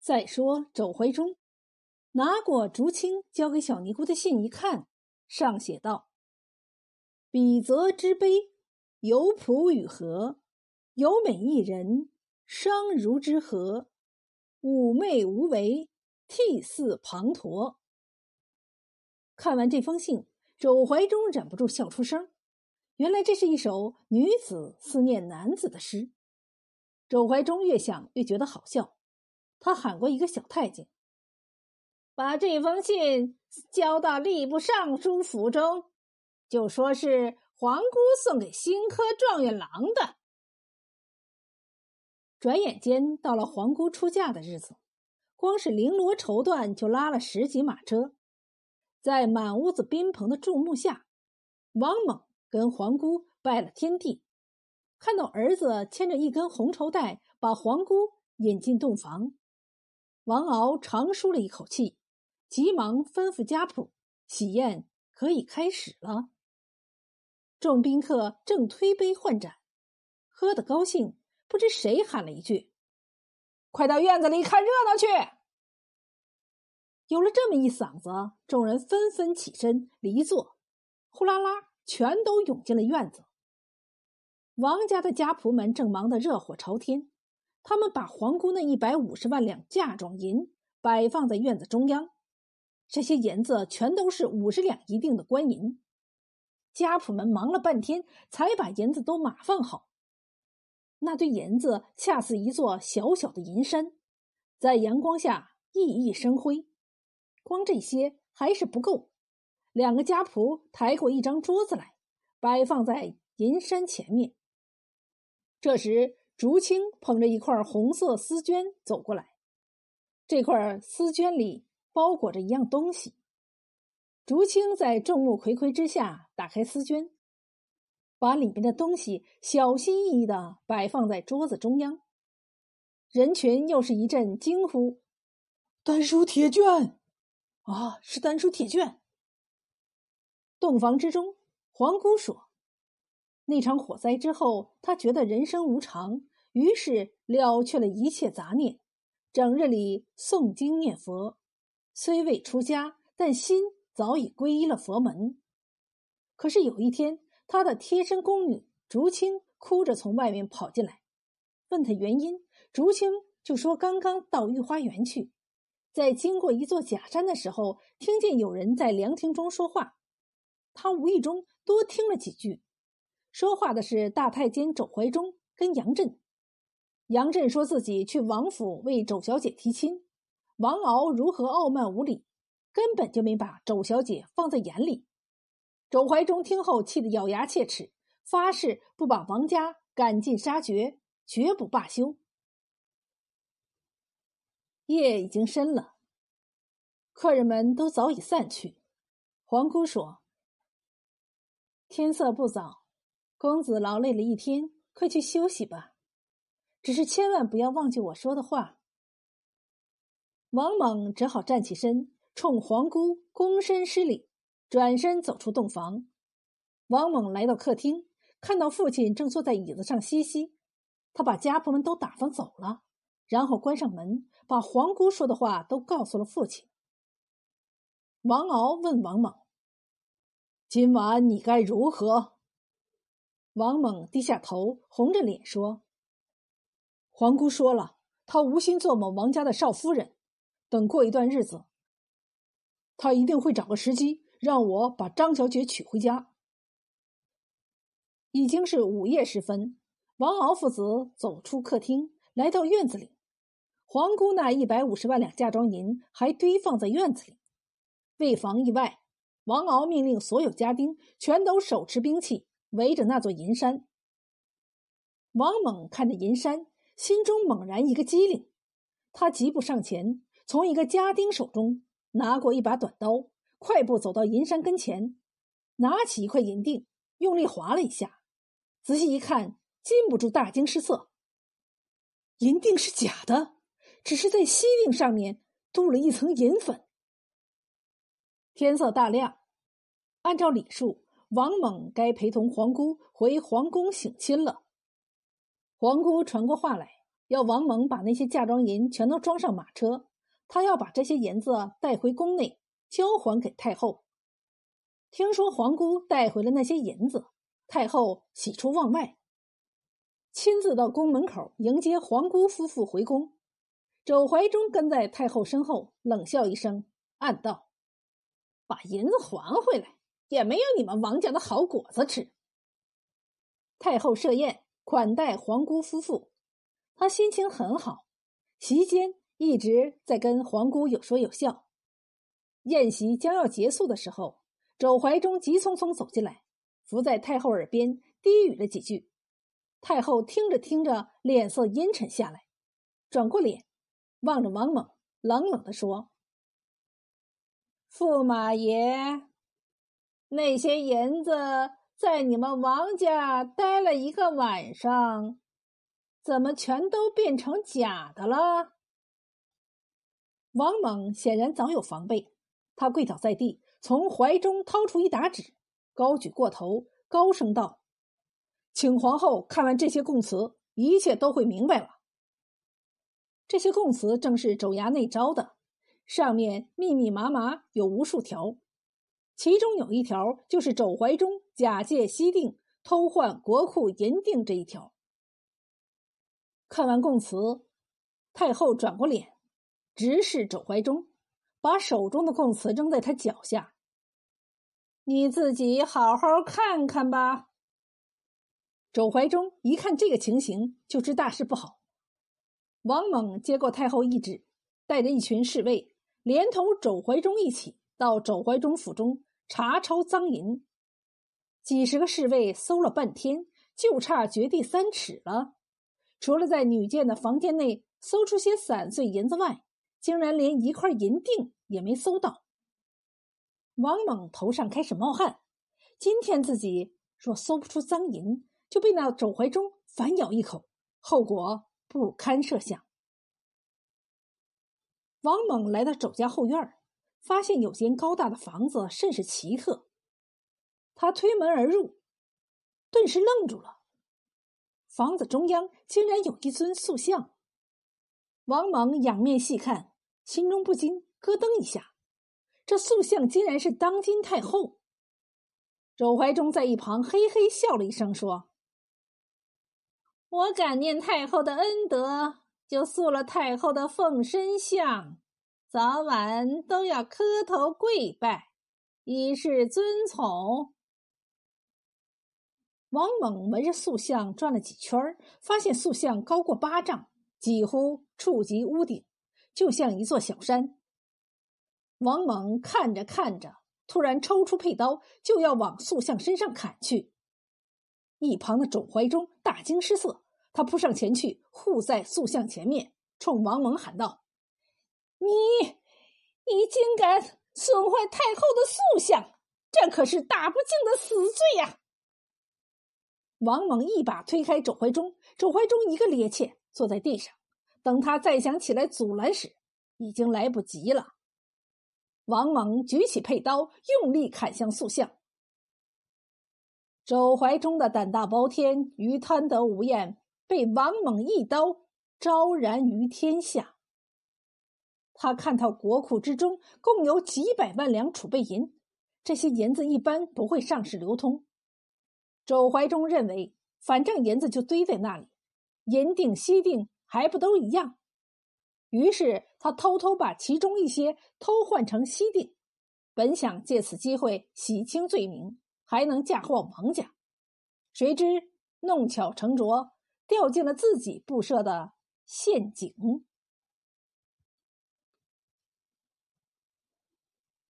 再说周怀忠拿过竹青交给小尼姑的信一看，上写道：比则之悲，有仆与和，有美一人，商如之和，妩媚无为，涕泗滂沱。看完这封信，周怀忠忍不住笑出声，原来这是一首女子思念男子的诗。周怀忠越想越觉得好笑，他喊过一个小太监，把这封信交到吏部尚书府中，就说是皇姑送给新科状元郎的。转眼间到了皇姑出嫁的日子，光是绫罗绸缎就拉了10几马车，在满屋子宾朋的注目下，王猛跟皇姑拜了天地，看到儿子牵着一根红绸带把皇姑引进洞房，王敖长舒了一口气，急忙吩咐家仆，喜宴可以开始了。众宾客正推杯换盏，喝得高兴，不知谁喊了一句：快到院子里看热闹去。有了这么一嗓子，众人纷纷起身离座，呼啦啦全都涌进了院子。王家的家仆们正忙得热火朝天，他们把皇姑那150万两嫁妆银摆放在院子中央，这些银子全都是50两一锭的官银。家仆们忙了半天，才把银子都码放好。那堆银子恰似一座小小的银山，在阳光下熠熠生辉。光这些还是不够，2个家仆抬过一张桌子来，摆放在银山前面。这时竹青捧着一块红色丝绢走过来，这块丝绢里包裹着一样东西。竹青在众目睽睽之下打开丝绢，把里面的东西小心翼翼地摆放在桌子中央。人群又是一阵惊呼：丹书铁卷啊，是丹书铁卷。洞房之中，皇姑说，那场火灾之后，她觉得人生无常，于是了却了一切杂念，整日里诵经念佛，虽未出家，但心早已皈依了佛门。可是有一天，她的贴身宫女竹青哭着从外面跑进来，问她原因，竹青就说刚刚到御花园去，在经过一座假山的时候，听见有人在凉亭中说话，她无意中多听了几句。说话的是大太监周怀忠跟杨震。杨震说自己去王府为周小姐提亲，王敖如何傲慢无礼，根本就没把周小姐放在眼里。周怀忠听后气得咬牙切齿，发誓不把王家赶尽杀绝，绝不罢休。夜已经深了，客人们都早已散去。皇姑说，天色不早，公子劳累了一天，快去休息吧，只是千万不要忘记我说的话。王猛只好站起身，冲皇姑躬身施礼，转身走出洞房。王猛来到客厅，看到父亲正坐在椅子上歇息，他把家仆们都打发走了，然后关上门，把皇姑说的话都告诉了父亲。王敖问王猛，今晚你该如何？王猛低下头，红着脸说，皇姑说了，她无心做某王家的少夫人，等过一段日子，她一定会找个时机让我把张小姐娶回家。已经是午夜时分，王敖父子走出客厅，来到院子里，皇姑那150万两嫁妆银还堆放在院子里。为防意外，王敖命令所有家丁全都手持兵器，围着那座银山。王猛看着银山，心中猛然一个机灵，他急步上前，从一个家丁手中拿过一把短刀，快步走到银山跟前，拿起一块银锭，用力划了一下，仔细一看，禁不住大惊失色。银锭是假的，只是在锡锭上面镀了一层银粉。天色大亮，按照礼数，王猛该陪同皇姑回皇宫省亲了。皇姑传过话来， 要王猛把那些嫁妆银全都装上马车，他要把这些银子带回宫内，交还给太后。听说皇姑带回了那些银子，太后喜出望外，亲自到宫门口迎接皇姑夫妇回宫。周怀忠跟在太后身后，冷笑一声，暗道：把银子还回来，也没有你们王家的好果子吃。太后设宴款待皇姑夫妇，她心情很好，席间一直在跟皇姑有说有笑。宴席将要结束的时候，周怀忠急匆匆走进来，伏在太后耳边低语了几句。太后听着听着，脸色阴沉下来，转过脸望着王猛，冷冷地说：驸马爷，那些银子在你们王家待了一个晚上，怎么全都变成假的了？王猛显然早有防备，他跪倒在地，从怀中掏出一沓纸，高举过头，高声道：请皇后看完这些供词，一切都会明白了。这些供词正是肘衙内招的，上面密密麻麻有无数条，其中有一条就是周怀忠假借西定偷换国库银锭这一条。看完供词，太后转过脸直视周怀忠，把手中的供词扔在他脚下：你自己好好看看吧。周怀忠一看这个情形，就知大事不好。王猛接过太后懿旨，带着一群侍卫，连同周怀忠一起到周怀忠府中查抄赃银。几十个侍卫搜了半天，就差掘地3尺了。除了在女监的房间内搜出些散碎银子外，竟然连一块银锭也没搜到。王猛头上开始冒汗，今天自己若搜不出赃银，就被那周怀忠反咬一口，后果不堪设想。王猛来到周家后院，发现有间高大的房子甚是奇特。他推门而入，顿时愣住了。房子中央竟然有一尊塑像。王猛仰面细看，心中不禁咯噔一下，这塑像竟然是当今太后。周怀忠在一旁嘿嘿笑了一声，说：我感念太后的恩德，就塑了太后的凤身像，早晚都要磕头跪拜，以示尊崇。王猛围着塑像转了几圈，发现塑像高过8丈，几乎触及屋顶，就像一座小山。王猛看着看着，突然抽出佩刀，就要往塑像身上砍去。一旁的周怀忠大惊失色，他扑上前去，护在塑像前面，冲王猛喊道：你竟敢损坏太后的塑像，这可是大不敬的死罪呀！王猛一把推开周怀忠，周怀忠一个趔趄坐在地上，等他再想起来阻拦时，已经来不及了。王猛举起佩刀，用力砍向塑像。周怀忠的胆大包天与贪得无厌，被王猛一刀昭然于天下。他看到国库之中共有几百万两储备银，这些银子一般不会上市流通。周怀忠认为，反正银子就堆在那里，银锭锡锭还不都一样。于是他偷偷把其中一些偷换成锡锭，本想借此机会洗清罪名，还能嫁祸王家。谁知弄巧成拙，掉进了自己布设的陷阱。